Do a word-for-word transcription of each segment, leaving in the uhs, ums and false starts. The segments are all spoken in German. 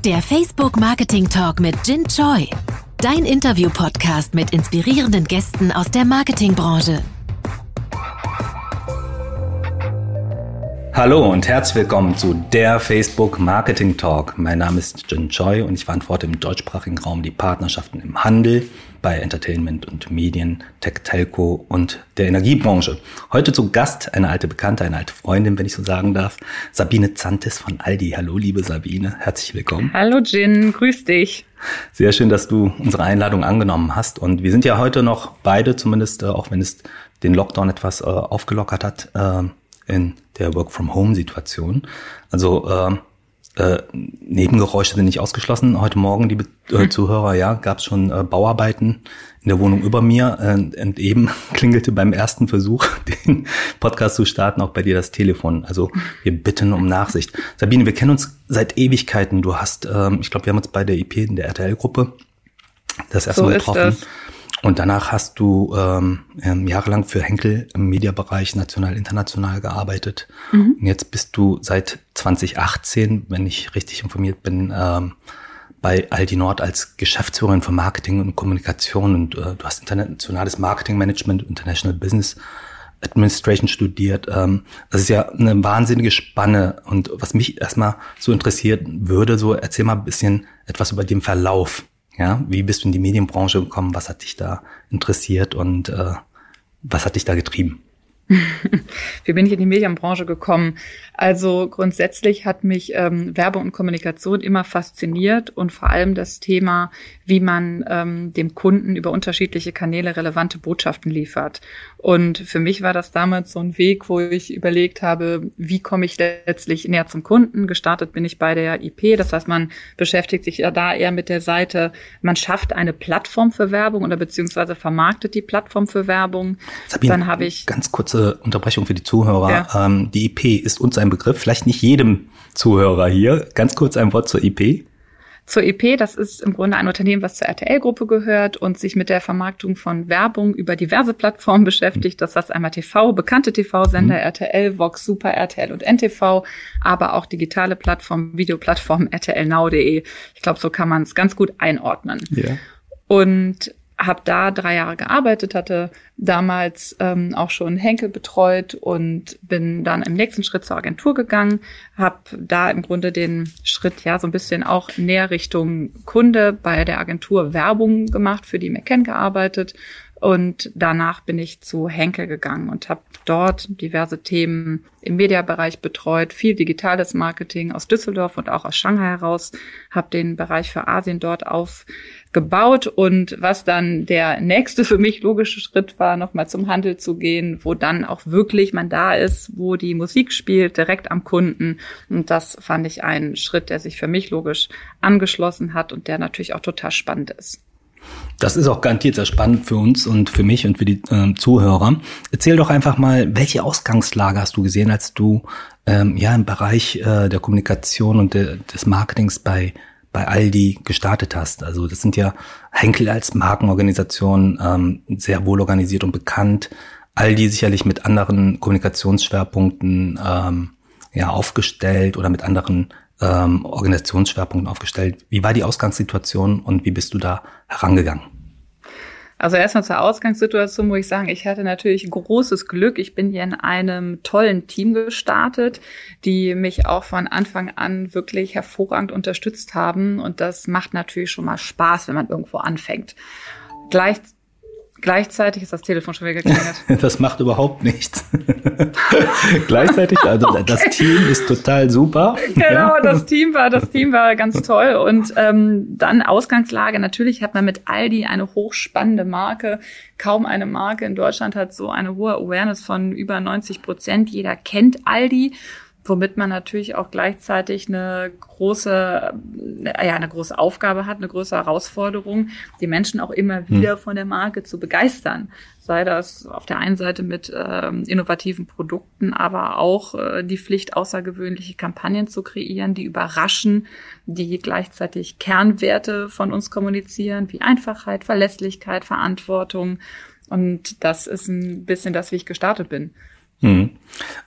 Der Facebook Marketing Talk mit Jin Choi. Dein Interview-Podcast mit inspirierenden Gästen aus der Marketingbranche. Hallo und herzlich willkommen zu der Facebook Marketing Talk. Mein Name ist Jin Choi und ich verantworte im deutschsprachigen Raum die Partnerschaften im Handel, bei Entertainment und Medien, Tech, Telco und der Energiebranche. Heute zu Gast eine alte Bekannte, eine alte Freundin, wenn ich so sagen darf, Sabine Zantis von Aldi. Hallo, liebe Sabine, herzlich willkommen. Hallo Jin, grüß dich. Sehr schön, dass du unsere Einladung angenommen hast. Und wir sind ja heute noch beide, zumindest, auch wenn es den Lockdown etwas äh, aufgelockert hat, äh, in der Work-from-Home-Situation. Also äh, äh, Nebengeräusche sind nicht ausgeschlossen. Heute Morgen, liebe äh, Zuhörer, ja, gab es schon äh, Bauarbeiten in der Wohnung über mir. Äh, und eben klingelte beim ersten Versuch, den Podcast zu starten, auch bei dir das Telefon. Also wir bitten um Nachsicht. Sabine, wir kennen uns seit Ewigkeiten. Du hast, ähm, ich glaube, wir haben uns bei der I P in der R T L-Gruppe das erste so Mal getroffen. Ist das. Und danach hast du ähm, jahrelang für Henkel im Mediabereich national, international gearbeitet. Mhm. Und jetzt bist du seit zwanzig achtzehn, wenn ich richtig informiert bin, ähm, bei Aldi Nord als Geschäftsführerin für Marketing und Kommunikation. Und äh, du hast internationales Marketingmanagement, International Business Administration studiert. Ähm, das ist ja eine wahnsinnige Spanne. Und was mich erstmal so interessieren würde, so erzähl mal ein bisschen etwas über den Verlauf. Ja, wie bist du in die Medienbranche gekommen? Was hat dich da interessiert und äh, was hat dich da getrieben? Wie bin ich in die Medienbranche gekommen? Also grundsätzlich hat mich ähm, Werbung und Kommunikation immer fasziniert und vor allem das Thema, wie man ähm, dem Kunden über unterschiedliche Kanäle relevante Botschaften liefert. Und für mich war das damals so ein Weg, wo ich überlegt habe, wie komme ich letztlich näher zum Kunden? Gestartet bin ich bei der I P, das heißt, man beschäftigt sich ja da eher mit der Seite, man schafft eine Plattform für Werbung oder beziehungsweise vermarktet die Plattform für Werbung. Sabine, dann habe ich ganz kurze Unterbrechung für die Zuhörer. Ja. Ähm, die I P ist uns ein Begriff, vielleicht nicht jedem Zuhörer hier. Ganz kurz ein Wort zur I P. Zur I P, das ist im Grunde ein Unternehmen, was zur R T L-Gruppe gehört und sich mit der Vermarktung von Werbung über diverse Plattformen beschäftigt. Das heißt einmal T V, bekannte T V-Sender, mhm. R T L, Vox, Super, R T L und N T V, aber auch digitale Plattformen, Videoplattformen, R T L now punkt de. Ich glaube, so kann man es ganz gut einordnen. Ja. Und habe da drei Jahre gearbeitet, hatte damals ähm, auch schon Henkel betreut und bin dann im nächsten Schritt zur Agentur gegangen, habe da im Grunde den Schritt ja so ein bisschen auch näher Richtung Kunde bei der Agentur Werbung gemacht, für die McCann gearbeitet und danach bin ich zu Henkel gegangen und habe dort diverse Themen im Mediabereich betreut, viel digitales Marketing aus Düsseldorf und auch aus Shanghai heraus, habe den Bereich für Asien dort aufgebaut und was dann der nächste für mich logische Schritt war, nochmal zum Handel zu gehen, wo dann auch wirklich man da ist, wo die Musik spielt, direkt am Kunden und das fand ich einen Schritt, der sich für mich logisch angeschlossen hat und der natürlich auch total spannend ist. Das ist auch garantiert sehr spannend für uns und für mich und für die äh, Zuhörer. Erzähl doch einfach mal, welche Ausgangslage hast du gesehen, als du ähm, ja im Bereich äh, der Kommunikation und de, des Marketings bei bei Aldi gestartet hast. Also das sind ja Henkel als Markenorganisation ähm, sehr wohl organisiert und bekannt. Aldi sicherlich mit anderen Kommunikationsschwerpunkten ähm, ja aufgestellt oder mit anderen ähm, Organisationsschwerpunkten aufgestellt. Wie war die Ausgangssituation und wie bist du da herangegangen? Also erstmal zur Ausgangssituation muss ich sagen, ich hatte natürlich großes Glück. Ich bin hier in einem tollen Team gestartet, die mich auch von Anfang an wirklich hervorragend unterstützt haben. Und das macht natürlich schon mal Spaß, wenn man irgendwo anfängt. Gleich Gleichzeitig ist das Telefon schon wieder geklingelt. Das macht überhaupt nichts. Gleichzeitig, also okay. Das Team ist total super. Genau, das Team war, das Team war ganz toll. Und ähm, dann Ausgangslage. Natürlich hat man mit Aldi eine hochspannende Marke. Kaum eine Marke in Deutschland hat so eine hohe Awareness von über neunzig Prozent. Jeder kennt Aldi. Womit man natürlich auch gleichzeitig eine große, ja, eine große Aufgabe hat, eine große Herausforderung, die Menschen auch immer wieder von der Marke zu begeistern. Sei das auf der einen Seite mit ähm, innovativen Produkten, aber auch äh, die Pflicht, außergewöhnliche Kampagnen zu kreieren, die überraschen, die gleichzeitig Kernwerte von uns kommunizieren, wie Einfachheit, Verlässlichkeit, Verantwortung. Und das ist ein bisschen das, wie ich gestartet bin. Hm.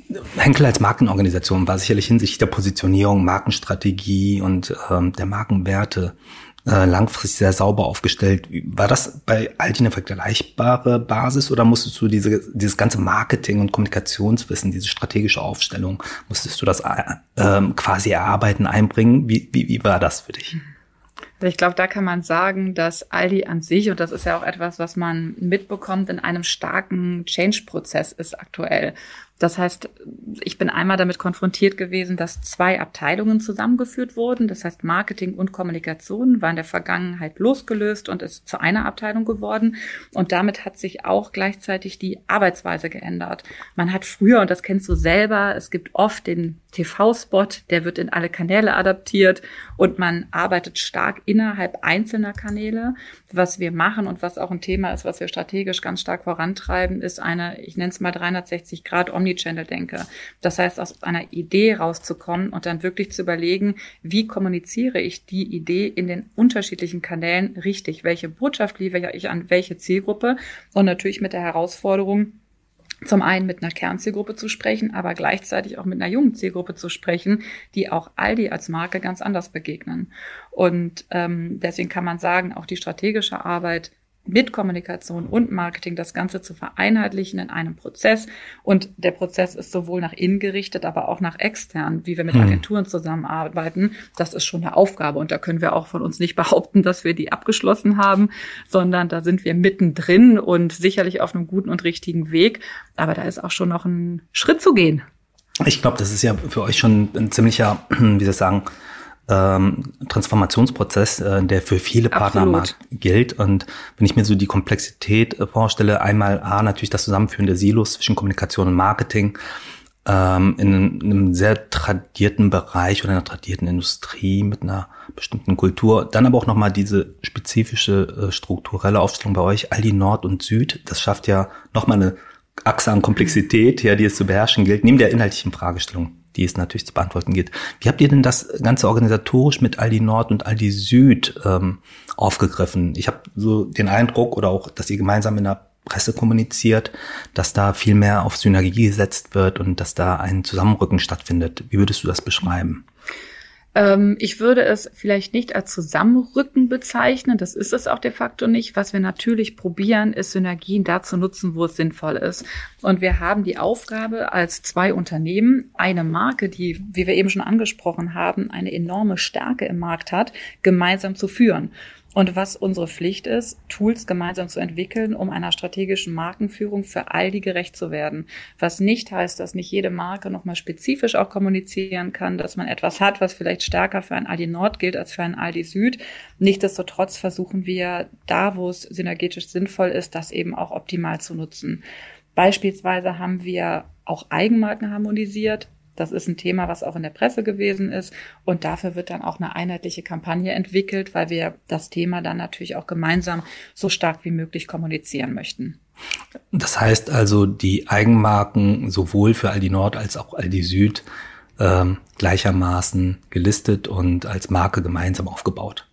Henkel als Markenorganisation war sicherlich hinsichtlich der Positionierung, Markenstrategie und ähm, der Markenwerte äh, langfristig sehr sauber aufgestellt. War das bei Aldi eine vergleichbare Basis oder musstest du diese dieses ganze Marketing- und Kommunikationswissen, diese strategische Aufstellung, musstest du das äh, quasi erarbeiten, einbringen? Wie, wie, wie war das für dich? Also ich glaube, da kann man sagen, dass Aldi an sich, und das ist ja auch etwas, was man mitbekommt, in einem starken Change-Prozess ist aktuell. Das heißt, ich bin einmal damit konfrontiert gewesen, dass zwei Abteilungen zusammengeführt wurden. Das heißt, Marketing und Kommunikation war in der Vergangenheit losgelöst und ist zu einer Abteilung geworden. Und damit hat sich auch gleichzeitig die Arbeitsweise geändert. Man hat früher, und das kennst du selber, es gibt oft den T V-Spot, der wird in alle Kanäle adaptiert und man arbeitet stark innerhalb einzelner Kanäle. Was wir machen und was auch ein Thema ist, was wir strategisch ganz stark vorantreiben, ist eine, ich nenne es mal dreihundertsechzig Grad Omnichannel-Denke. Das heißt, aus einer Idee rauszukommen und dann wirklich zu überlegen, wie kommuniziere ich die Idee in den unterschiedlichen Kanälen richtig? Welche Botschaft liefere ich an welche Zielgruppe? Und natürlich mit der Herausforderung, zum einen mit einer Kernzielgruppe zu sprechen, aber gleichzeitig auch mit einer jungen Zielgruppe zu sprechen, die auch Aldi als Marke ganz anders begegnen. Und ähm, deswegen kann man sagen, auch die strategische Arbeit mit Kommunikation und Marketing das Ganze zu vereinheitlichen in einem Prozess. Und der Prozess ist sowohl nach innen gerichtet, aber auch nach extern, wie wir mit Agenturen zusammenarbeiten. Das ist schon eine Aufgabe. Und da können wir auch von uns nicht behaupten, dass wir die abgeschlossen haben, sondern da sind wir mittendrin und sicherlich auf einem guten und richtigen Weg. Aber da ist auch schon noch ein Schritt zu gehen. Ich glaube, das ist ja für euch schon ein ziemlicher, wie soll ich sagen, Ähm, Transformationsprozess, äh, der für viele Partner am Markt gilt. Und wenn ich mir so die Komplexität äh, vorstelle, einmal A, natürlich das Zusammenführen der Silos zwischen Kommunikation und Marketing ähm, in, in einem sehr tradierten Bereich oder einer tradierten Industrie mit einer bestimmten Kultur. Dann aber auch nochmal diese spezifische äh, strukturelle Aufstellung bei euch, Aldi Nord und Süd. Das schafft ja nochmal eine Achse an Komplexität, ja, die es zu beherrschen gilt, neben der inhaltlichen Fragestellung, die es natürlich zu beantworten geht. Wie habt ihr denn das Ganze organisatorisch mit Aldi Nord und Aldi Süd ähm, aufgegriffen? Ich habe so den Eindruck, oder auch, dass ihr gemeinsam in der Presse kommuniziert, dass da viel mehr auf Synergie gesetzt wird und dass da ein Zusammenrücken stattfindet. Wie würdest du das beschreiben? Ich würde es vielleicht nicht als Zusammenrücken bezeichnen, das ist es auch de facto nicht. Was wir natürlich probieren, ist Synergien da zu nutzen, wo es sinnvoll ist. Und wir haben die Aufgabe als zwei Unternehmen, eine Marke, die, wie wir eben schon angesprochen haben, eine enorme Stärke im Markt hat, gemeinsam zu führen. Und was unsere Pflicht ist, Tools gemeinsam zu entwickeln, um einer strategischen Markenführung für Aldi gerecht zu werden. Was nicht heißt, dass nicht jede Marke nochmal spezifisch auch kommunizieren kann, dass man etwas hat, was vielleicht stärker für ein Aldi Nord gilt als für ein Aldi Süd. Nichtsdestotrotz versuchen wir da, wo es synergetisch sinnvoll ist, das eben auch optimal zu nutzen. Beispielsweise haben wir auch Eigenmarken harmonisiert. Das ist ein Thema, was auch in der Presse gewesen ist. Und dafür wird dann auch eine einheitliche Kampagne entwickelt, weil wir das Thema dann natürlich auch gemeinsam so stark wie möglich kommunizieren möchten. Das heißt also, die Eigenmarken sowohl für Aldi Nord als auch Aldi Süd ähm, gleichermaßen gelistet und als Marke gemeinsam aufgebaut.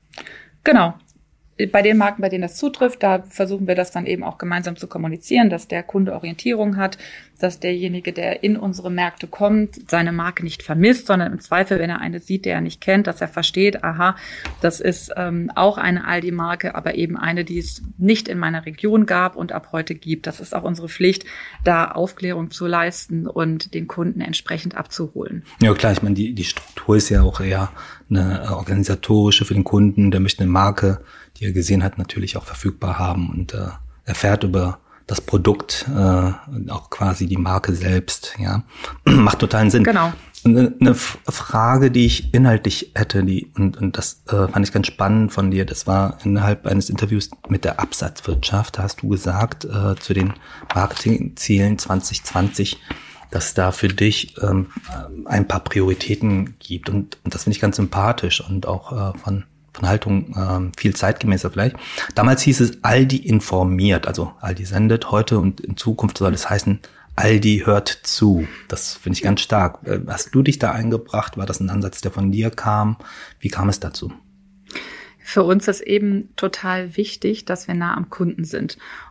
Genau. Bei den Marken, bei denen das zutrifft, da versuchen wir das dann eben auch gemeinsam zu kommunizieren, dass der Kunde Orientierung hat, dass derjenige, der in unsere Märkte kommt, seine Marke nicht vermisst, sondern im Zweifel, wenn er eine sieht, die er nicht kennt, dass er versteht, aha, das ist ähm, auch eine Aldi-Marke, aber eben eine, die es nicht in meiner Region gab und ab heute gibt. Das ist auch unsere Pflicht, da Aufklärung zu leisten und den Kunden entsprechend abzuholen. Ja klar, ich meine, die, die Struktur ist ja auch eher eine organisatorische für den Kunden, der möchte eine Marke, die er gesehen hat, natürlich auch verfügbar haben und äh, erfährt über das Produkt, äh, auch quasi die Marke selbst, ja. Macht totalen Sinn. Genau. Eine, eine Frage, die ich inhaltlich hätte, die, und, und das äh, fand ich ganz spannend von dir, das war innerhalb eines Interviews mit der Absatzwirtschaft, da hast du gesagt, äh, zu den Marketingzielen zwanzig zwanzig, dass es da für dich ähm, ein paar Prioritäten gibt. Und, und das finde ich ganz sympathisch und auch äh, von von Haltung ähm, viel zeitgemäßer vielleicht. Damals hieß es Aldi informiert, also Aldi sendet heute und in Zukunft soll es heißen, Aldi hört zu. Das finde ich ganz stark. Hast du dich da eingebracht? War das ein Ansatz, der von dir kam? Wie kam es dazu? Für uns ist eben total wichtig, dass wir nah am Kunden sind.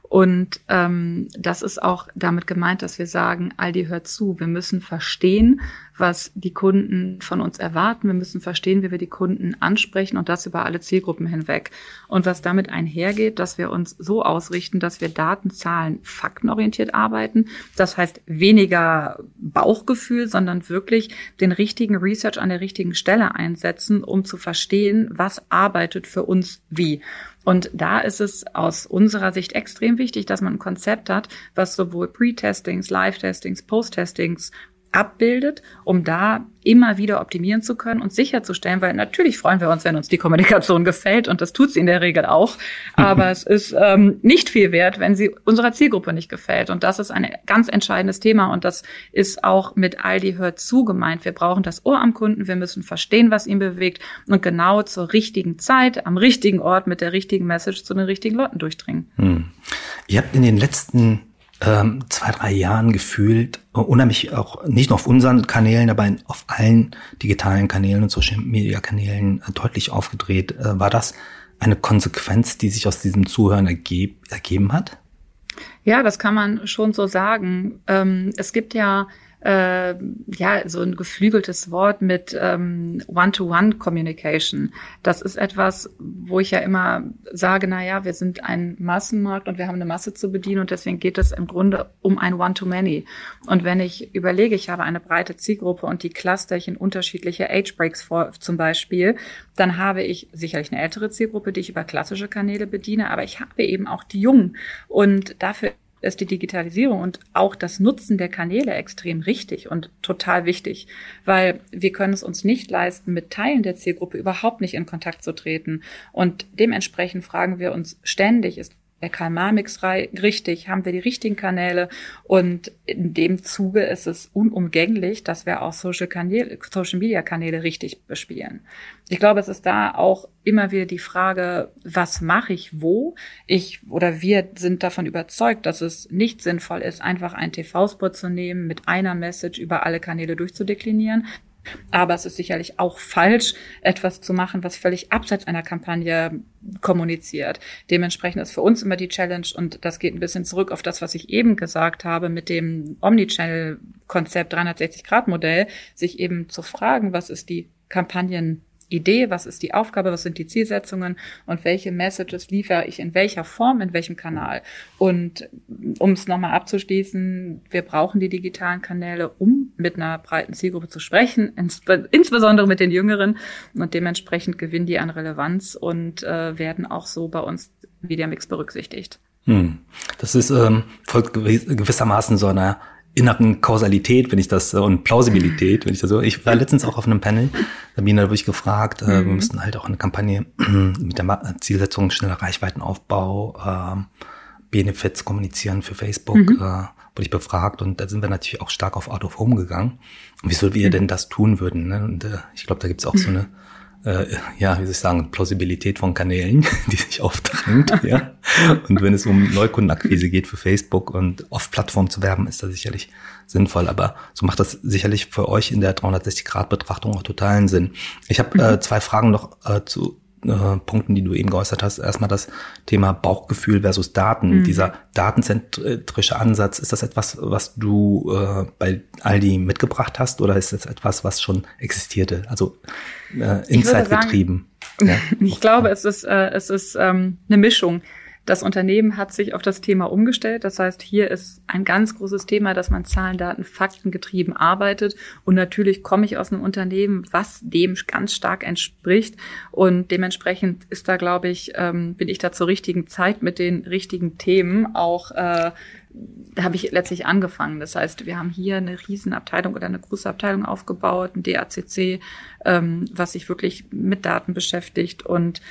Und ähm, das ist auch damit gemeint, dass wir sagen, Aldi hört zu. Wir müssen verstehen, was die Kunden von uns erwarten. Wir müssen verstehen, wie wir die Kunden ansprechen und das über alle Zielgruppen hinweg. Und was damit einhergeht, dass wir uns so ausrichten, dass wir Daten, Zahlen, faktenorientiert arbeiten. Das heißt weniger Bauchgefühl, sondern wirklich den richtigen Research an der richtigen Stelle einsetzen, um zu verstehen, was arbeitet für uns wie. Und da ist es aus unserer Sicht extrem wichtig, dass man ein Konzept hat, was sowohl Pre-Testings, Live-Testings, Post-Testings abbildet, um da immer wieder optimieren zu können und sicherzustellen, weil natürlich freuen wir uns, wenn uns die Kommunikation gefällt und das tut sie in der Regel auch, aber es ist ähm, nicht viel wert, wenn sie unserer Zielgruppe nicht gefällt und das ist ein ganz entscheidendes Thema und das ist auch mit Aldi hört zu gemeint. Wir brauchen das Ohr am Kunden, wir müssen verstehen, was ihn bewegt und genau zur richtigen Zeit, am richtigen Ort mit der richtigen Message zu den richtigen Leuten durchdringen. Hm. Ihr habt in den letzten Ähm, zwei, drei Jahren gefühlt, unheimlich auch nicht nur auf unseren Kanälen, aber in, auf allen digitalen Kanälen und Social-Media-Kanälen äh, deutlich aufgedreht. Äh, war das eine Konsequenz, die sich aus diesem Zuhören ergeb, ergeben hat? Ja, das kann man schon so sagen. Ähm, es gibt ja Äh, ja, so ein geflügeltes Wort mit ähm, One-to-One-Communication. Das ist etwas, wo ich ja immer sage, na ja, wir sind ein Massenmarkt und wir haben eine Masse zu bedienen und deswegen geht es im Grunde um ein One-to-Many. Und wenn ich überlege, ich habe eine breite Zielgruppe und die cluster ich in unterschiedliche Age-Breaks vor, zum Beispiel, dann habe ich sicherlich eine ältere Zielgruppe, die ich über klassische Kanäle bediene, aber ich habe eben auch die Jungen und dafür ist die Digitalisierung und auch das Nutzen der Kanäle extrem richtig und total wichtig, weil wir können es uns nicht leisten, mit Teilen der Zielgruppe überhaupt nicht in Kontakt zu treten. Und dementsprechend fragen wir uns ständig, ist der K M A-Mix richtig? Haben wir die richtigen Kanäle? Und in dem Zuge ist es unumgänglich, dass wir auch Social-Media-Kanäle richtig bespielen. Ich glaube, es ist da auch immer wieder die Frage, was mache ich wo? Ich oder wir sind davon überzeugt, dass es nicht sinnvoll ist, einfach einen T V-Spot zu nehmen, mit einer Message über alle Kanäle durchzudeklinieren. Aber es ist sicherlich auch falsch, etwas zu machen, was völlig abseits einer Kampagne kommuniziert. Dementsprechend ist für uns immer die Challenge, und das geht ein bisschen zurück auf das, was ich eben gesagt habe, mit dem Omnichannel-Konzept dreihundertsechzig Grad Modell, sich eben zu fragen, was ist die Kampagnen Idee, was ist die Aufgabe, was sind die Zielsetzungen und welche Messages liefere ich in welcher Form, in welchem Kanal. Und um es nochmal abzuschließen, wir brauchen die digitalen Kanäle, um mit einer breiten Zielgruppe zu sprechen, ins, insbesondere mit den Jüngeren, und dementsprechend gewinnen die an Relevanz und äh, werden auch so bei uns im Media Mix berücksichtigt. Hm. Das ist ähm, folgt gewissermaßen so einer inneren Kausalität, wenn ich das, und Plausibilität, wenn ich das so. Ich war letztens auch auf einem Panel, Sabine, da habe ich gefragt, äh, wir müssten halt auch eine Kampagne mit der Zielsetzung schneller Reichweitenaufbau, äh, Benefits kommunizieren für Facebook, mhm. äh, wurde ich befragt, und da sind wir natürlich auch stark auf Out of Home gegangen. Und wieso wir mhm. denn das tun würden, ne? Und äh, ich glaube, da gibt's auch mhm. so eine Äh, ja, wie soll ich sagen, Plausibilität von Kanälen, die sich aufdrängt, ja. Und wenn es um Neukundenakquise geht für Facebook und auf Plattform zu werben, ist das sicherlich sinnvoll. Aber so macht das sicherlich für euch in der dreihundertsechzig Grad Betrachtung auch totalen Sinn. Ich habe äh, zwei Fragen noch äh, zu äh, Punkten, die du eben geäußert hast. Erstmal das Thema Bauchgefühl versus Daten. Mhm. Dieser datenzentrische Ansatz, ist das etwas, was du äh, bei Aldi mitgebracht hast, oder ist das etwas, was schon existierte? Also äh, Insight getrieben. Ja. Ich glaube, es ist äh, es ist ähm, eine Mischung. Das Unternehmen hat sich auf das Thema umgestellt. Das heißt, hier ist ein ganz großes Thema, dass man Zahlen, Daten, Fakten getrieben arbeitet. Und natürlich komme ich aus einem Unternehmen, was dem ganz stark entspricht. Und dementsprechend ist da, glaube ich, ähm, bin ich da zur richtigen Zeit mit den richtigen Themen auch, äh, da habe ich letztlich angefangen. Das heißt, wir haben hier eine Riesenabteilung oder eine große Abteilung aufgebaut, ein D A C C, ähm, was sich wirklich mit Daten beschäftigt, und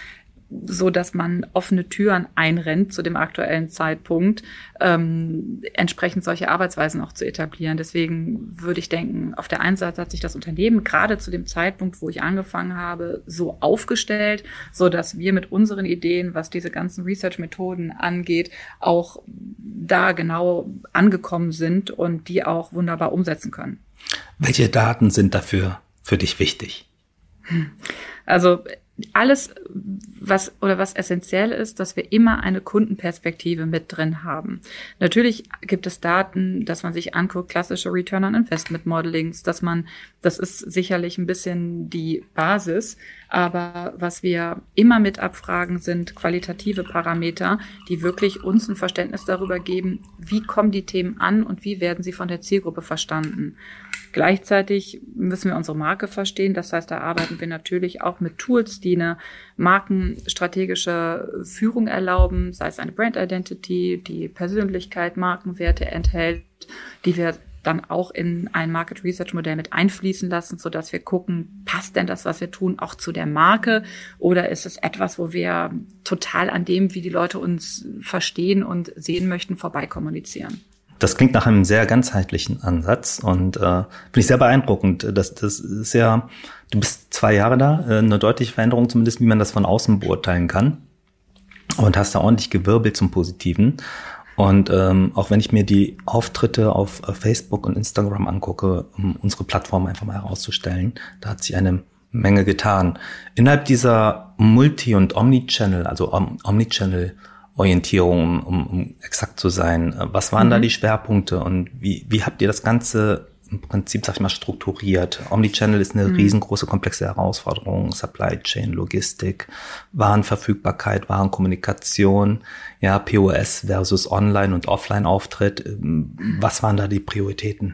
so dass man offene Türen einrennt zu dem aktuellen Zeitpunkt, ähm, entsprechend solche Arbeitsweisen auch zu etablieren. Deswegen würde ich denken, auf der einen Seite hat sich das Unternehmen gerade zu dem Zeitpunkt, wo ich angefangen habe, so aufgestellt, so dass wir mit unseren Ideen, was diese ganzen Research-Methoden angeht, auch da genau angekommen sind und die auch wunderbar umsetzen können. Welche Daten sind dafür für dich wichtig? Also alles, was oder was essentiell ist, dass wir immer eine Kundenperspektive mit drin haben. Natürlich gibt es Daten, dass man sich anguckt, klassische Return on Investment Modelings, dass man, das ist sicherlich ein bisschen die Basis, aber was wir immer mit abfragen, sind qualitative Parameter, die wirklich uns ein Verständnis darüber geben, wie kommen die Themen an und wie werden sie von der Zielgruppe verstanden. Gleichzeitig müssen wir unsere Marke verstehen. Das heißt, da arbeiten wir natürlich auch mit Tools, die eine markenstrategische Führung erlauben, sei es eine Brand Identity, die Persönlichkeit, Markenwerte enthält, die wir dann auch in ein Market Research Modell mit einfließen lassen, sodass wir gucken, passt denn das, was wir tun, auch zu der Marke, oder ist es etwas, wo wir total an dem, wie die Leute uns verstehen und sehen möchten, vorbeikommunizieren? Das klingt nach einem sehr ganzheitlichen Ansatz und äh, finde ich sehr beeindruckend. Das, das ist ja, du bist zwei Jahre da, äh, eine deutliche Veränderung zumindest, wie man das von außen beurteilen kann, und hast da ordentlich gewirbelt zum Positiven. Und ähm, auch wenn ich mir die Auftritte auf äh, Facebook und Instagram angucke, um unsere Plattform einfach mal herauszustellen, da hat sich eine Menge getan. Innerhalb dieser Multi- und Omnichannel, also Om- Omnichannel Orientierung, um, um exakt zu sein. Was waren mhm. da die Schwerpunkte und wie, wie habt ihr das Ganze im Prinzip, sag ich mal, strukturiert? Omnichannel ist eine mhm. riesengroße, komplexe Herausforderung. Supply Chain, Logistik, Warenverfügbarkeit, Warenkommunikation, ja, P O S versus Online- und Offline-Auftritt. Was waren da die Prioritäten?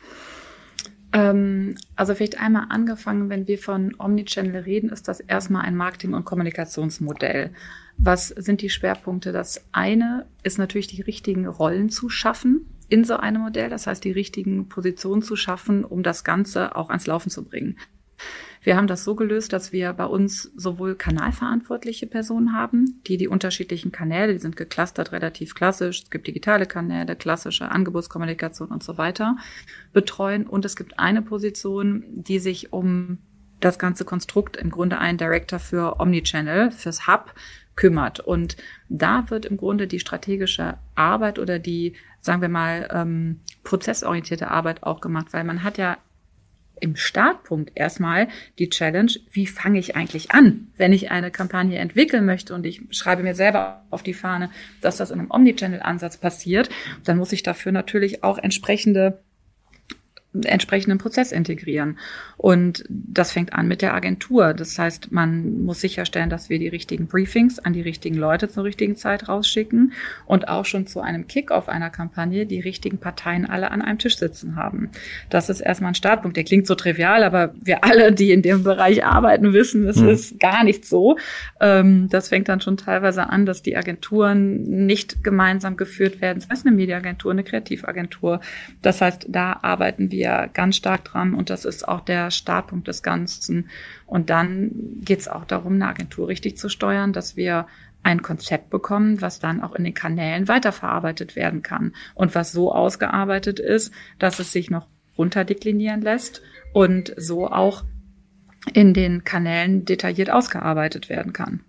Also vielleicht einmal angefangen, wenn wir von Omnichannel reden, ist das erstmal ein Marketing- und Kommunikationsmodell. Was sind die Schwerpunkte? Das eine ist natürlich, die richtigen Rollen zu schaffen in so einem Modell. Das heißt, die richtigen Positionen zu schaffen, um das Ganze auch ans Laufen zu bringen. Wir haben das so gelöst, dass wir bei uns sowohl kanalverantwortliche Personen haben, die die unterschiedlichen Kanäle, die sind geclustert, relativ klassisch, es gibt digitale Kanäle, klassische Angebotskommunikation und so weiter, betreuen. Und es gibt eine Position, die sich um das ganze Konstrukt, im Grunde ein Director für Omnichannel, fürs Hub, kümmert. Und da wird im Grunde die strategische Arbeit oder die, sagen wir mal, ähm, prozessorientierte Arbeit auch gemacht, weil man hat ja im Startpunkt erstmal die Challenge, wie fange ich eigentlich an, wenn ich eine Kampagne entwickeln möchte und ich schreibe mir selber auf die Fahne, dass das in einem Omnichannel-Ansatz passiert, dann muss ich dafür natürlich auch entsprechende entsprechenden Prozess integrieren. Und das fängt an mit der Agentur. Das heißt, man muss sicherstellen, dass wir die richtigen Briefings an die richtigen Leute zur richtigen Zeit rausschicken und auch schon zu einem Kick-off einer Kampagne die richtigen Parteien alle an einem Tisch sitzen haben. Das ist erstmal ein Startpunkt. Der klingt so trivial, aber wir alle, die in dem Bereich arbeiten, wissen, es mhm. ist gar nicht so. Das fängt dann schon teilweise an, dass die Agenturen nicht gemeinsam geführt werden. Das heißt, eine Mediaagentur, eine Kreativagentur. Das heißt, da arbeiten wir ganz stark dran und das ist auch der Startpunkt des Ganzen. Und dann geht es auch darum, eine Agentur richtig zu steuern, dass wir ein Konzept bekommen, was dann auch in den Kanälen weiterverarbeitet werden kann und was so ausgearbeitet ist, dass es sich noch runterdeklinieren lässt und so auch in den Kanälen detailliert ausgearbeitet werden kann.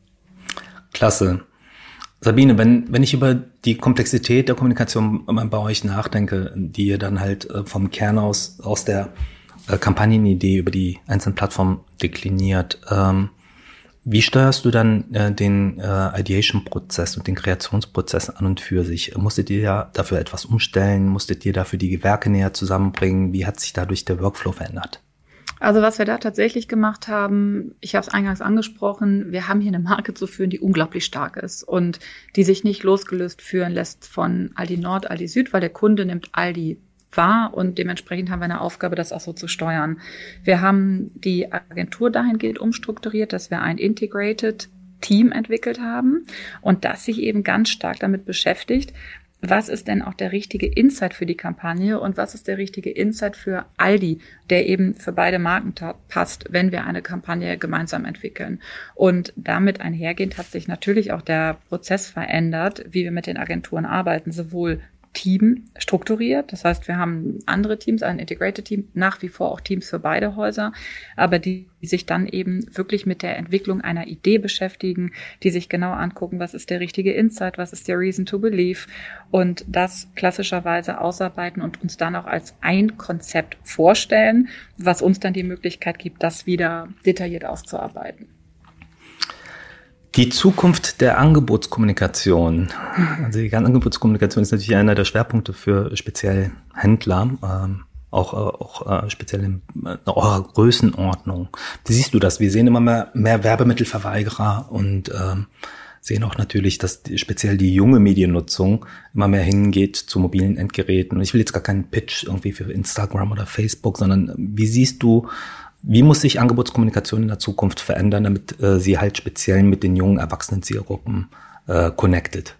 Klasse. Sabine, wenn, wenn ich über die Komplexität der Kommunikation bei euch nachdenke, die ihr dann halt vom Kern aus, aus der äh, Kampagnenidee über die einzelnen Plattformen dekliniert, ähm, wie steuerst du dann äh, den äh, Ideation-Prozess und den Kreationsprozess an und für sich? Musstet ihr ja dafür etwas umstellen? Musstet ihr dafür die Gewerke näher zusammenbringen? Wie hat sich dadurch der Workflow verändert? Also was wir da tatsächlich gemacht haben, ich habe es eingangs angesprochen, wir haben hier eine Marke zu führen, die unglaublich stark ist und die sich nicht losgelöst führen lässt von Aldi Nord, Aldi Süd, weil der Kunde nimmt Aldi wahr und dementsprechend haben wir eine Aufgabe, das auch so zu steuern. Wir haben die Agentur dahingehend umstrukturiert, dass wir ein Integrated Team entwickelt haben und das sich eben ganz stark damit beschäftigt, was ist denn auch der richtige Insight für die Kampagne und was ist der richtige Insight für Aldi, der eben für beide Marken ta- passt, wenn wir eine Kampagne gemeinsam entwickeln. Und damit einhergehend hat sich natürlich auch der Prozess verändert, wie wir mit den Agenturen arbeiten, sowohl Team strukturiert. Das heißt, wir haben andere Teams, ein Integrated Team, nach wie vor auch Teams für beide Häuser, aber die, die sich dann eben wirklich mit der Entwicklung einer Idee beschäftigen, die sich genau angucken, was ist der richtige Insight, was ist der Reason to Believe und das klassischerweise ausarbeiten und uns dann auch als ein Konzept vorstellen, was uns dann die Möglichkeit gibt, das wieder detailliert auszuarbeiten. Die Zukunft der Angebotskommunikation. Also die Angebotskommunikation ist natürlich einer der Schwerpunkte für speziell Händler, ähm, auch, auch äh, speziell in eurer Größenordnung. Wie siehst du das? Wir sehen immer mehr, mehr Werbemittelverweigerer und ähm, sehen auch natürlich, dass die, speziell die junge Mediennutzung immer mehr hingeht zu mobilen Endgeräten. Und ich will jetzt gar keinen Pitch irgendwie für Instagram oder Facebook, sondern wie siehst du, wie muss sich Angebotskommunikation in der Zukunft verändern, damit äh, sie halt speziell mit den jungen erwachsenen Zielgruppen äh, connected?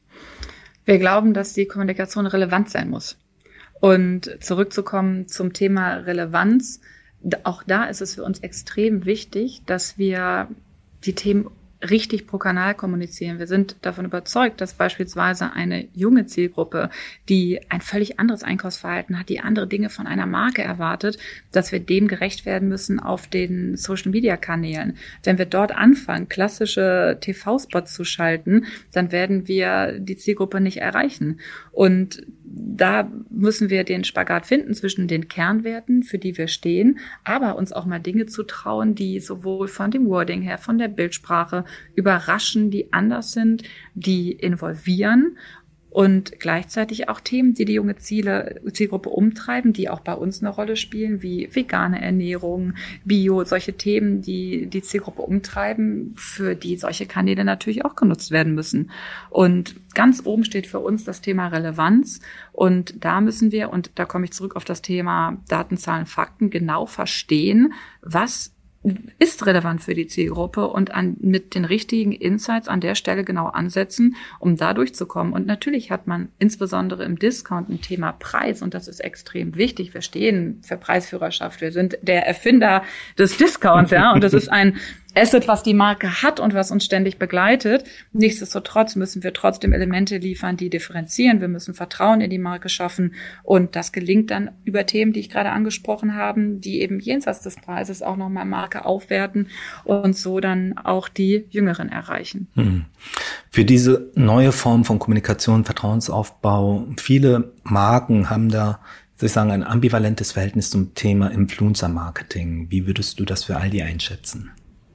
Wir glauben, dass die Kommunikation relevant sein muss. Und zurückzukommen zum Thema Relevanz, auch da ist es für uns extrem wichtig, dass wir die Themen richtig pro Kanal kommunizieren. Wir sind davon überzeugt, dass beispielsweise eine junge Zielgruppe, die ein völlig anderes Einkaufsverhalten hat, die andere Dinge von einer Marke erwartet, dass wir dem gerecht werden müssen auf den Social-Media-Kanälen. Wenn wir dort anfangen, klassische T V-Spots zu schalten, dann werden wir die Zielgruppe nicht erreichen. Und da müssen wir den Spagat finden zwischen den Kernwerten, für die wir stehen, aber uns auch mal Dinge zu trauen, die sowohl von dem Wording her, von der Bildsprache überraschen, die anders sind, die involvieren und gleichzeitig auch Themen, die die junge Ziele, Zielgruppe umtreiben, die auch bei uns eine Rolle spielen, wie vegane Ernährung, Bio, solche Themen, die die Zielgruppe umtreiben, für die solche Kanäle natürlich auch genutzt werden müssen. Und ganz oben steht für uns das Thema Relevanz. Und da müssen wir, und da komme ich zurück auf das Thema Daten, Zahlen, Fakten, genau verstehen, was ist relevant für die Zielgruppe und an, mit den richtigen Insights an der Stelle genau ansetzen, um da durchzukommen. Und natürlich hat man insbesondere im Discount ein Thema Preis und das ist extrem wichtig. Wir stehen für Preisführerschaft. Wir sind der Erfinder des Discounts, ja, und das ist ein Asset, was die Marke hat und was uns ständig begleitet. Nichtsdestotrotz müssen wir trotzdem Elemente liefern, die differenzieren. Wir müssen Vertrauen in die Marke schaffen. Und das gelingt dann über Themen, die ich gerade angesprochen habe, die eben jenseits des Preises auch nochmal Marke aufwerten und so dann auch die Jüngeren erreichen. Hm. Für diese neue Form von Kommunikation, Vertrauensaufbau, viele Marken haben da, soll ich sagen, ein ambivalentes Verhältnis zum Thema Influencer-Marketing. Wie würdest du das für Aldi einschätzen?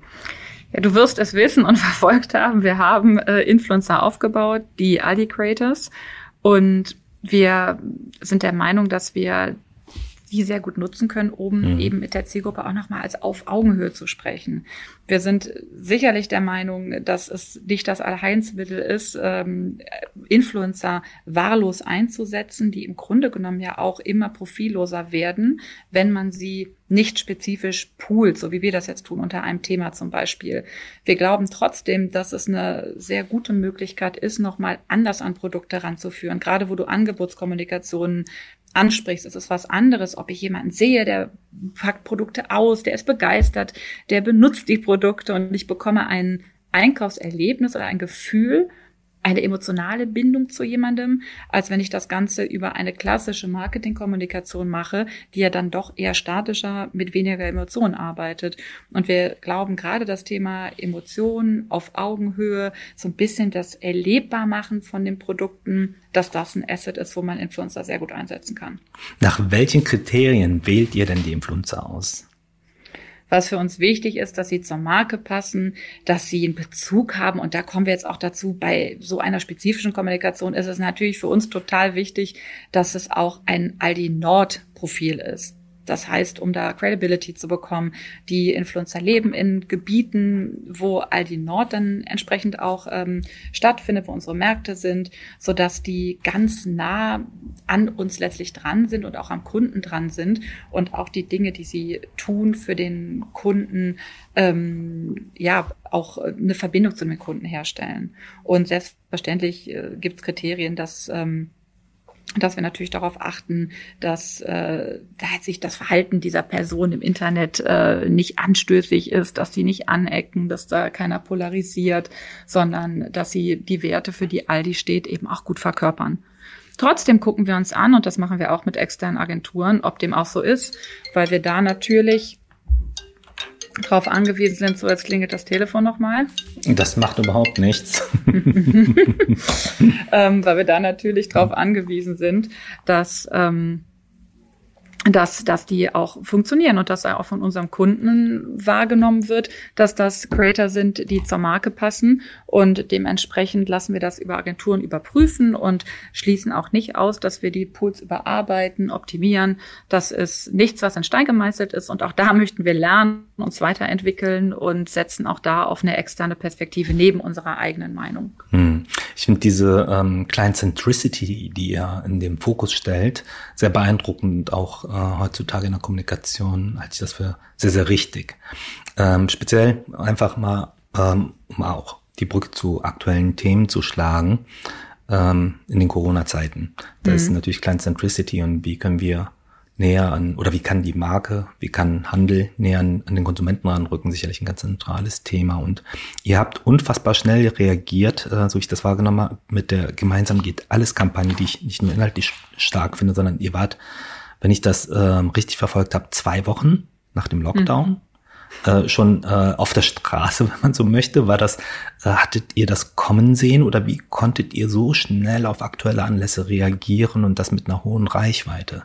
Ja, du wirst es wissen und verfolgt haben. Wir haben äh, Influencer aufgebaut, die Aldi Creators. Und wir sind der Meinung, dass wir die sehr gut nutzen können, um mhm. eben mit der Zielgruppe auch nochmal als auf Augenhöhe zu sprechen. Wir sind sicherlich der Meinung, dass es nicht das Allheilsmittel ist, ähm, Influencer wahllos einzusetzen, die im Grunde genommen ja auch immer profilloser werden, wenn man sie nicht spezifisch poolt, so wie wir das jetzt tun unter einem Thema zum Beispiel. Wir glauben trotzdem, dass es eine sehr gute Möglichkeit ist, nochmal anders an Produkte ranzuführen. Gerade wo du Angebotskommunikationen ansprichst, ist es was anderes, ob ich jemanden sehe, der packt Produkte aus, der ist begeistert, der benutzt die Produkte und ich bekomme ein Einkaufserlebnis oder ein Gefühl, eine emotionale Bindung zu jemandem, als wenn ich das Ganze über eine klassische Marketingkommunikation mache, die ja dann doch eher statischer mit weniger Emotionen arbeitet. Und wir glauben gerade das Thema Emotionen auf Augenhöhe, so ein bisschen das Erlebbarmachen von den Produkten, dass das ein Asset ist, wo man Influencer sehr gut einsetzen kann. Nach welchen Kriterien wählt ihr denn die Influencer aus? Was für uns wichtig ist, dass sie zur Marke passen, dass sie einen Bezug haben. Und da kommen wir jetzt auch dazu, bei so einer spezifischen Kommunikation ist es natürlich für uns total wichtig, dass es auch ein Aldi Nord Profil ist. Das heißt, um da Credibility zu bekommen, die Influencer leben in Gebieten, wo Aldi Nord dann entsprechend auch ähm, stattfindet, wo unsere Märkte sind, sodass die ganz nah an uns letztlich dran sind und auch am Kunden dran sind und auch die Dinge, die sie tun für den Kunden, ähm, ja, auch eine Verbindung zu den Kunden herstellen. Und selbstverständlich äh, gibt es Kriterien, dass ähm, dass wir natürlich darauf achten, dass äh, sich das Verhalten dieser Person im Internet äh, nicht anstößig ist, dass sie nicht anecken, dass da keiner polarisiert, sondern dass sie die Werte, für die Aldi steht, eben auch gut verkörpern. Trotzdem gucken wir uns an, und das machen wir auch mit externen Agenturen, ob dem auch so ist, weil wir da natürlich drauf angewiesen sind, so jetzt klingelt das Telefon nochmal. Das macht überhaupt nichts. ähm, weil wir da natürlich drauf angewiesen sind, dass, ähm, dass, dass die auch funktionieren und dass auch von unserem Kunden wahrgenommen wird, dass das Creator sind, die zur Marke passen, und dementsprechend lassen wir das über Agenturen überprüfen und schließen auch nicht aus, dass wir die Pools überarbeiten, optimieren. Das ist nichts, was in Stein gemeißelt ist, und auch da möchten wir lernen, uns weiterentwickeln und setzen auch da auf eine externe Perspektive neben unserer eigenen Meinung. Hm. Ich finde diese ähm, Client Centricity, die ihr in den Fokus stellt, sehr beeindruckend, auch äh, heutzutage in der Kommunikation halte ich das für sehr, sehr richtig. Ähm, speziell einfach mal, ähm, um auch die Brücke zu aktuellen Themen zu schlagen, ähm, in den Corona-Zeiten. Da mhm. ist natürlich Client Centricity, und wie können wir näher an, oder wie kann die Marke, wie kann Handel näher an, an den Konsumenten ranrücken, sicherlich ein ganz zentrales Thema. Und ihr habt unfassbar schnell reagiert, äh, so ich das wahrgenommen habe, mit der Gemeinsam geht alles Kampagne, die ich nicht nur inhaltlich stark finde, sondern ihr wart, wenn ich das äh, richtig verfolgt habe, zwei Wochen nach dem Lockdown, mhm. äh, schon äh, auf der Straße, wenn man so möchte. War das, äh, hattet ihr das kommen sehen, oder wie konntet ihr so schnell auf aktuelle Anlässe reagieren und das mit einer hohen Reichweite?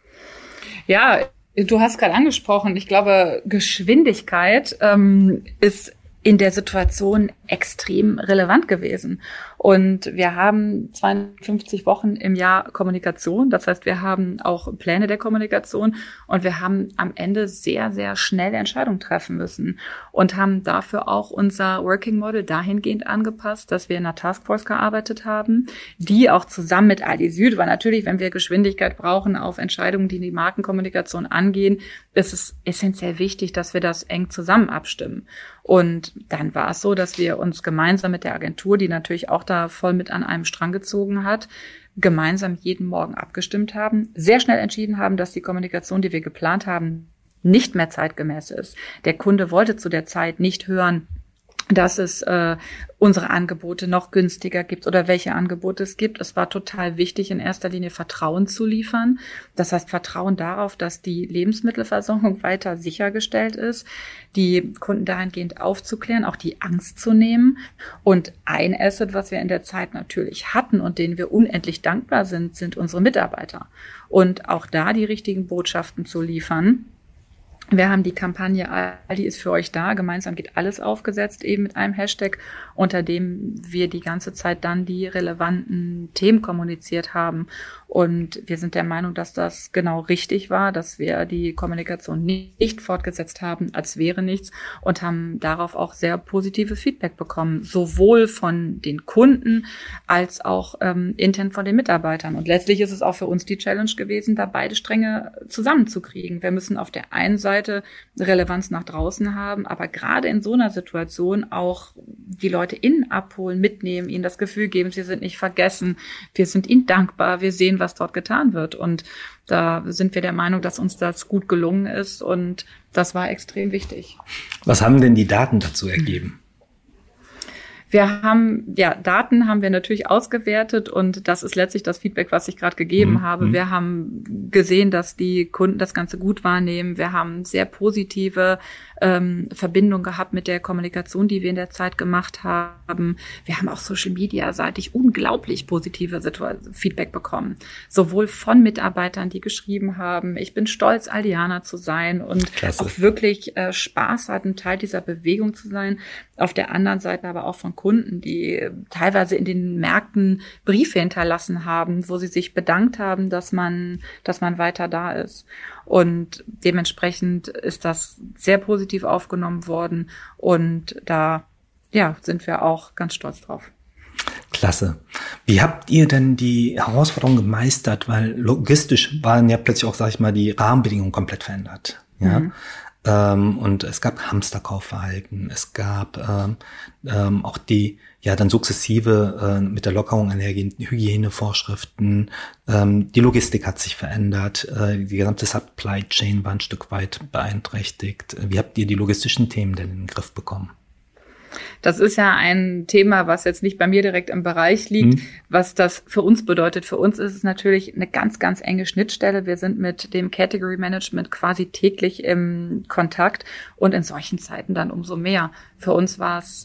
Ja, du hast gerade angesprochen, ich glaube, Geschwindigkeit ähm, ist in der Situation extrem relevant gewesen. Und wir haben zweiundfünfzig Wochen im Jahr Kommunikation. Das heißt, wir haben auch Pläne der Kommunikation, und wir haben am Ende sehr, sehr schnell Entscheidungen treffen müssen und haben dafür auch unser Working Model dahingehend angepasst, dass wir in einer Taskforce gearbeitet haben, die auch zusammen mit Aldi Süd, weil natürlich, wenn wir Geschwindigkeit brauchen auf Entscheidungen, die die Markenkommunikation angehen, ist es essentiell wichtig, dass wir das eng zusammen abstimmen. Und dann war es so, dass wir uns gemeinsam mit der Agentur, die natürlich auch da voll mit an einem Strang gezogen hat, gemeinsam jeden Morgen abgestimmt haben, sehr schnell entschieden haben, dass die Kommunikation, die wir geplant haben, nicht mehr zeitgemäß ist. Der Kunde wollte zu der Zeit nicht hören, dass es äh, unsere Angebote noch günstiger gibt oder welche Angebote es gibt. Es war total wichtig, in erster Linie Vertrauen zu liefern. Das heißt Vertrauen darauf, dass die Lebensmittelversorgung weiter sichergestellt ist, die Kunden dahingehend aufzuklären, auch die Angst zu nehmen. Und ein Asset, was wir in der Zeit natürlich hatten und denen wir unendlich dankbar sind, sind unsere Mitarbeiter. Und auch da die richtigen Botschaften zu liefern. Wir haben die Kampagne Aldi ist für euch da, gemeinsam geht alles aufgesetzt, eben mit einem Hashtag, unter dem wir die ganze Zeit dann die relevanten Themen kommuniziert haben. Und wir sind der Meinung, dass das genau richtig war, dass wir die Kommunikation nicht fortgesetzt haben, als wäre nichts, und haben darauf auch sehr positives Feedback bekommen, sowohl von den Kunden als auch ähm, intern von den Mitarbeitern. Und letztlich ist es auch für uns die Challenge gewesen, da beide Stränge zusammenzukriegen. Wir müssen auf der einen Seite Relevanz nach draußen haben, aber gerade in so einer Situation auch die Leute innen abholen, mitnehmen, ihnen das Gefühl geben, sie sind nicht vergessen, wir sind ihnen dankbar, wir sehen, was dort getan wird. Und da sind wir der Meinung, dass uns das gut gelungen ist, und das war extrem wichtig. Was haben denn die Daten dazu ergeben? Wir haben, ja, Daten haben wir natürlich ausgewertet, und das ist letztlich das Feedback, was ich gerade gegeben mhm. habe. Wir haben gesehen, dass die Kunden das Ganze gut wahrnehmen. Wir haben sehr positive ähm, Verbindung gehabt mit der Kommunikation, die wir in der Zeit gemacht haben. Wir haben auch Social-Media-seitig unglaublich positive Situ- Feedback bekommen. Sowohl von Mitarbeitern, die geschrieben haben, ich bin stolz, Aldianer zu sein, und Klasse. Auch wirklich äh, Spaß hatten, Teil dieser Bewegung zu sein. Auf der anderen Seite aber auch von Kunden, die teilweise in den Märkten Briefe hinterlassen haben, wo sie sich bedankt haben, dass man, dass man weiter da ist. Und dementsprechend ist das sehr positiv aufgenommen worden, und da, ja, sind wir auch ganz stolz drauf. Klasse. Wie habt ihr denn die Herausforderung gemeistert? Weil logistisch waren ja plötzlich auch, sag ich mal, die Rahmenbedingungen komplett verändert. Ja. Mhm. Ähm, und es gab Hamsterkaufverhalten, es gab ähm, ähm, auch die, ja dann sukzessive äh, mit der Lockerung einhergehenden Hygienevorschriften. Ähm, die Logistik hat sich verändert, äh, die gesamte Supply Chain war ein Stück weit beeinträchtigt. Wie habt ihr die logistischen Themen denn in den Griff bekommen? Das ist ja ein Thema, was jetzt nicht bei mir direkt im Bereich liegt, mhm. was das für uns bedeutet. Für uns ist es natürlich eine ganz, ganz enge Schnittstelle. Wir sind mit dem Category Management quasi täglich im Kontakt, und in solchen Zeiten dann umso mehr. Für uns war es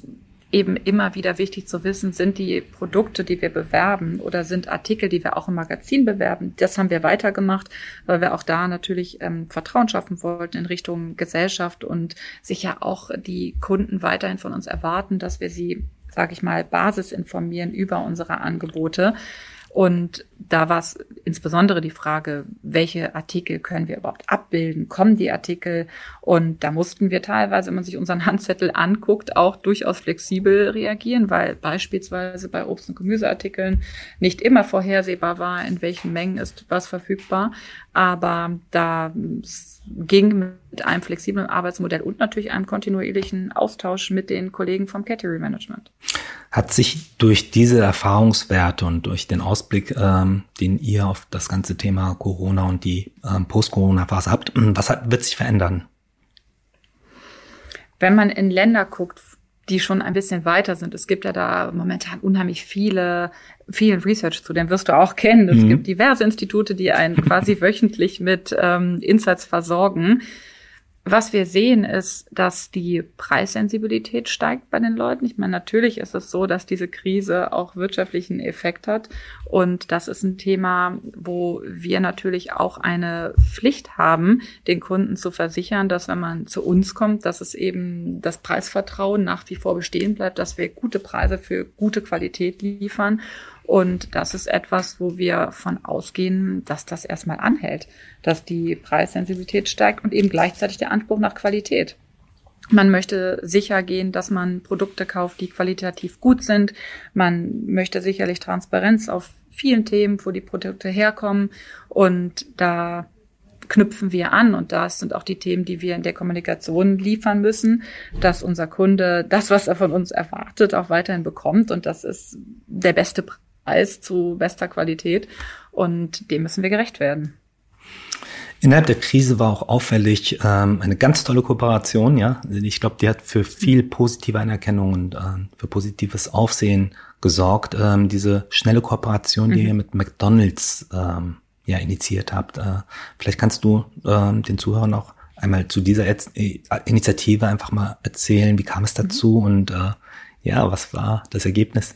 eben immer wieder wichtig zu wissen, sind die Produkte, die wir bewerben oder sind Artikel, die wir auch im Magazin bewerben. Das haben wir weitergemacht, weil wir auch da natürlich ähm, Vertrauen schaffen wollten in Richtung Gesellschaft und sicher auch die Kunden weiterhin von uns erwarten, dass wir sie, sage ich mal, Basis informieren über unsere Angebote. Und da war es insbesondere die Frage, welche Artikel können wir überhaupt abbilden? Kommen die Artikel? Und da mussten wir teilweise, wenn man sich unseren Handzettel anguckt, auch durchaus flexibel reagieren, weil beispielsweise bei Obst- und Gemüseartikeln nicht immer vorhersehbar war, in welchen Mengen ist was verfügbar. Aber da ging mit einem flexiblen Arbeitsmodell und natürlich einem kontinuierlichen Austausch mit den Kollegen vom Category Management. Hat sich durch diese Erfahrungswerte und durch den Ausblick, ähm, den ihr auf das ganze Thema Corona und die ähm, Post-Corona-Phase habt, was hat, wird sich verändern? Wenn man in Länder guckt, die schon ein bisschen weiter sind. Es gibt ja da momentan unheimlich viele, viel Research zu, den wirst du auch kennen. Es mhm. gibt diverse Institute, die einen quasi wöchentlich mit ähm, Insights versorgen. Was wir sehen, ist, dass die Preissensibilität steigt bei den Leuten. Ich meine, natürlich ist es so, dass diese Krise auch wirtschaftlichen Effekt hat. Und das ist ein Thema, wo wir natürlich auch eine Pflicht haben, den Kunden zu versichern, dass wenn man zu uns kommt, dass es eben das Preisvertrauen nach wie vor bestehen bleibt, dass wir gute Preise für gute Qualität liefern. Und das ist etwas, wo wir von ausgehen, dass das erstmal anhält, dass die Preissensibilität steigt und eben gleichzeitig der Anspruch nach Qualität. Man möchte sicher gehen, dass man Produkte kauft, die qualitativ gut sind. Man möchte sicherlich Transparenz auf vielen Themen, wo die Produkte herkommen. Und da knüpfen wir an. Und das sind auch die Themen, die wir in der Kommunikation liefern müssen, dass unser Kunde das, was er von uns erwartet, auch weiterhin bekommt. Und das ist der beste Preis zu bester Qualität und dem müssen wir gerecht werden. Innerhalb der Krise war auch auffällig ähm, eine ganz tolle Kooperation, ja. Ich glaube, die hat für viel positive Anerkennung und äh, für positives Aufsehen gesorgt. Ähm, diese schnelle Kooperation, die mhm. ihr mit McDonald's ähm, ja initiiert habt. Äh, vielleicht kannst du ähm, den Zuhörern auch einmal zu dieser Initiative einfach mal erzählen, wie kam es dazu mhm. und äh, ja, was war das Ergebnis?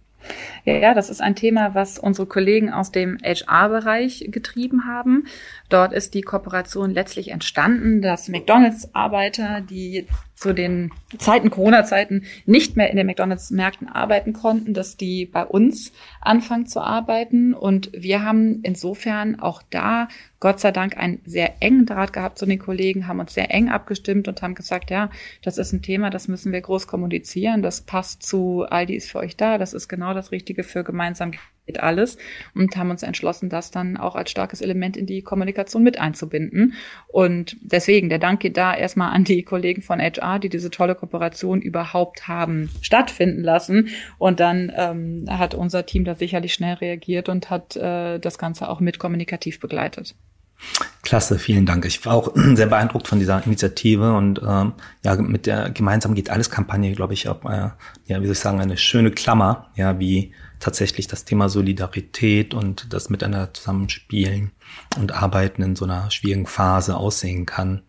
Ja, ja, das ist ein Thema, was unsere Kollegen aus dem H R-Bereich getrieben haben. Dort ist die Kooperation letztlich entstanden, dass McDonald's-Arbeiter, die zu den Zeiten, Corona-Zeiten, nicht mehr in den McDonald's-Märkten arbeiten konnten, dass die bei uns anfangen zu arbeiten. Und wir haben insofern auch da, Gott sei Dank, einen sehr engen Draht gehabt zu den Kollegen, haben uns sehr eng abgestimmt und haben gesagt, ja, das ist ein Thema, das müssen wir groß kommunizieren, das passt zu Aldi ist für euch da, das ist genau das Richtige für gemeinsam geht alles und haben uns entschlossen, das dann auch als starkes Element in die Kommunikation mit einzubinden. Und deswegen, der Dank geht da erstmal an die Kollegen von H R, die diese tolle Kooperation überhaupt haben stattfinden lassen. Und dann ähm, hat unser Team da sicherlich schnell reagiert und hat äh, das Ganze auch mit kommunikativ begleitet. Klasse, vielen Dank. Ich war auch sehr beeindruckt von dieser Initiative und ähm, ja, mit der Gemeinsam geht alles Kampagne, glaube ich, auch äh, ja, wie soll ich sagen, eine schöne Klammer, ja, wie tatsächlich das Thema Solidarität und das Miteinander zusammenspielen und Arbeiten in so einer schwierigen Phase aussehen kann.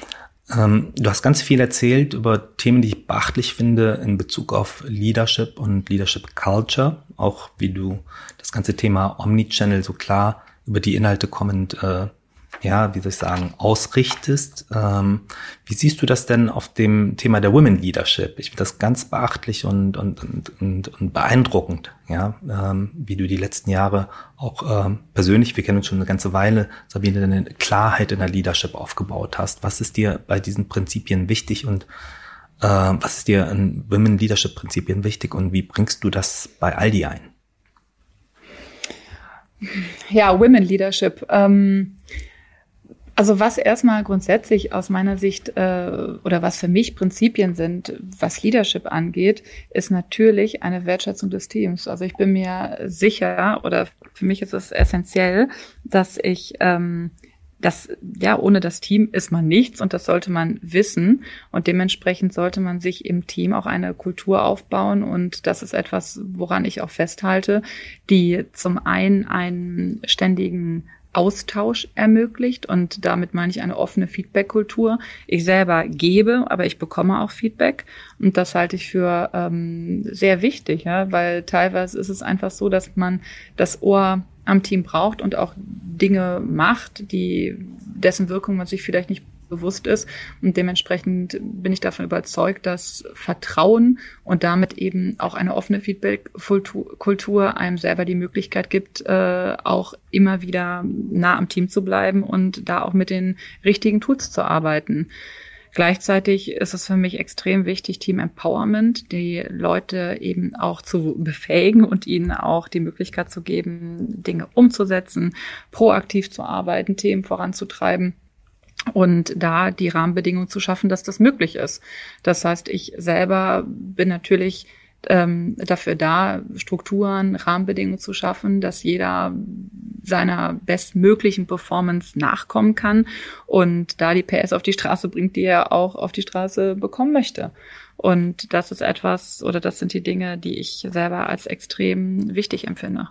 Ähm, du hast ganz viel erzählt über Themen, die ich beachtlich finde in Bezug auf Leadership und Leadership Culture, auch wie du das ganze Thema Omnichannel so klar über die Inhalte kommend, äh, ja, wie soll ich sagen, ausrichtest. Ähm, wie siehst du das denn auf dem Thema der Women Leadership? Ich finde das ganz beachtlich und, und, und, und, und beeindruckend, ja, ähm, wie du die letzten Jahre auch ähm, persönlich, wir kennen uns schon eine ganze Weile, Sabine, eine Klarheit in der Leadership aufgebaut hast. Was ist dir bei diesen Prinzipien wichtig und äh, was ist dir in Women Leadership Prinzipien wichtig und wie bringst du das bei Aldi ein? Ja, Women Leadership. Ähm, also was erstmal grundsätzlich aus meiner Sicht äh, oder was für mich Prinzipien sind, was Leadership angeht, ist natürlich eine Wertschätzung des Teams. Also ich bin mir sicher oder für mich ist es essentiell, dass ich ähm, das, ja, ohne das Team ist man nichts und das sollte man wissen und dementsprechend sollte man sich im Team auch eine Kultur aufbauen und das ist etwas, woran ich auch festhalte, die zum einen einen ständigen Austausch ermöglicht und damit meine ich eine offene Feedback-Kultur. Ich selber gebe, aber ich bekomme auch Feedback und das halte ich für ähm, sehr wichtig, ja, weil teilweise ist es einfach so, dass man das Ohr am Team braucht und auch Dinge macht, die dessen Wirkung man sich vielleicht nicht bewusst ist. Und dementsprechend bin ich davon überzeugt, dass Vertrauen und damit eben auch eine offene Feedback-Kultur einem selber die Möglichkeit gibt, äh, auch immer wieder nah am Team zu bleiben und da auch mit den richtigen Tools zu arbeiten. Gleichzeitig ist es für mich extrem wichtig, Team Empowerment, die Leute eben auch zu befähigen und ihnen auch die Möglichkeit zu geben, Dinge umzusetzen, proaktiv zu arbeiten, Themen voranzutreiben. Und da die Rahmenbedingungen zu schaffen, dass das möglich ist. Das heißt, ich selber bin natürlich ähm, dafür da, Strukturen, Rahmenbedingungen zu schaffen, dass jeder seiner bestmöglichen Performance nachkommen kann und da die P S auf die Straße bringt, die er auch auf die Straße bekommen möchte. Und das ist etwas, oder das sind die Dinge, die ich selber als extrem wichtig empfinde.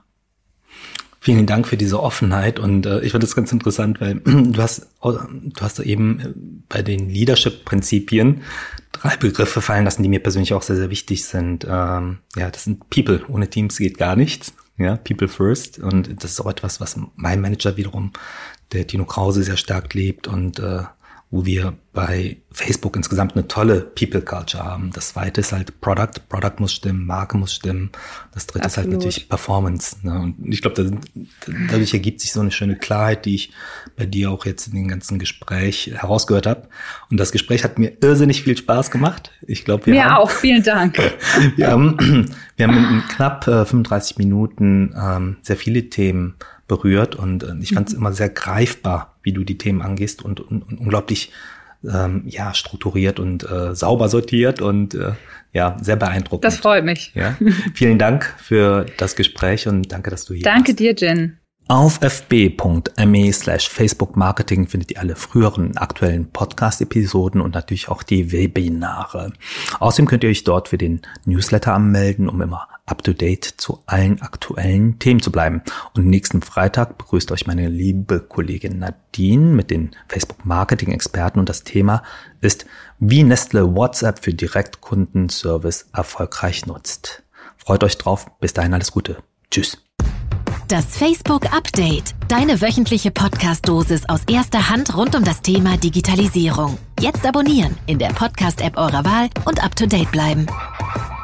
Vielen Dank für diese Offenheit und äh, ich finde das ganz interessant, weil du hast du hast eben bei den Leadership-Prinzipien drei Begriffe fallen lassen, die mir persönlich auch sehr, sehr wichtig sind. Ähm, ja, das sind People. Ohne Teams geht gar nichts. Ja, People first. Und das ist auch etwas, was mein Manager wiederum, der Tino Krause, sehr stark lebt und äh, wo wir bei Facebook insgesamt eine tolle People-Culture haben. Das zweite ist halt Product. Product muss stimmen, Marke muss stimmen. Das dritte Absolut. Ist halt natürlich Performance. Ne? Und ich glaube, dadurch ergibt sich so eine schöne Klarheit, die ich bei dir auch jetzt in dem ganzen Gespräch herausgehört habe. Und das Gespräch hat mir irrsinnig viel Spaß gemacht. Ich glaube, wir mir haben, auch. Vielen Dank. wir haben, wir haben in knapp äh, fünfunddreißig Minuten ähm, sehr viele Themen berührt und äh, ich fand es mhm. immer sehr greifbar, wie du die Themen angehst und, und, und unglaublich ähm, ja strukturiert und äh, sauber sortiert und äh, ja sehr beeindruckend. Das freut mich. Ja, vielen Dank für das Gespräch und danke, dass du hier danke warst. Danke dir, Jen. Auf fb.me slash Facebook Marketing findet ihr alle früheren aktuellen Podcast-Episoden und natürlich auch die Webinare. Außerdem könnt ihr euch dort für den Newsletter anmelden, um immer up-to-date zu allen aktuellen Themen zu bleiben. Und nächsten Freitag begrüßt euch meine liebe Kollegin Nadine mit den Facebook-Marketing-Experten und das Thema ist, wie Nestle WhatsApp für Direktkundenservice erfolgreich nutzt. Freut euch drauf. Bis dahin alles Gute. Tschüss. Das Facebook Update. Deine wöchentliche Podcast-Dosis aus erster Hand rund um das Thema Digitalisierung. Jetzt abonnieren in der Podcast-App eurer Wahl und up to date bleiben.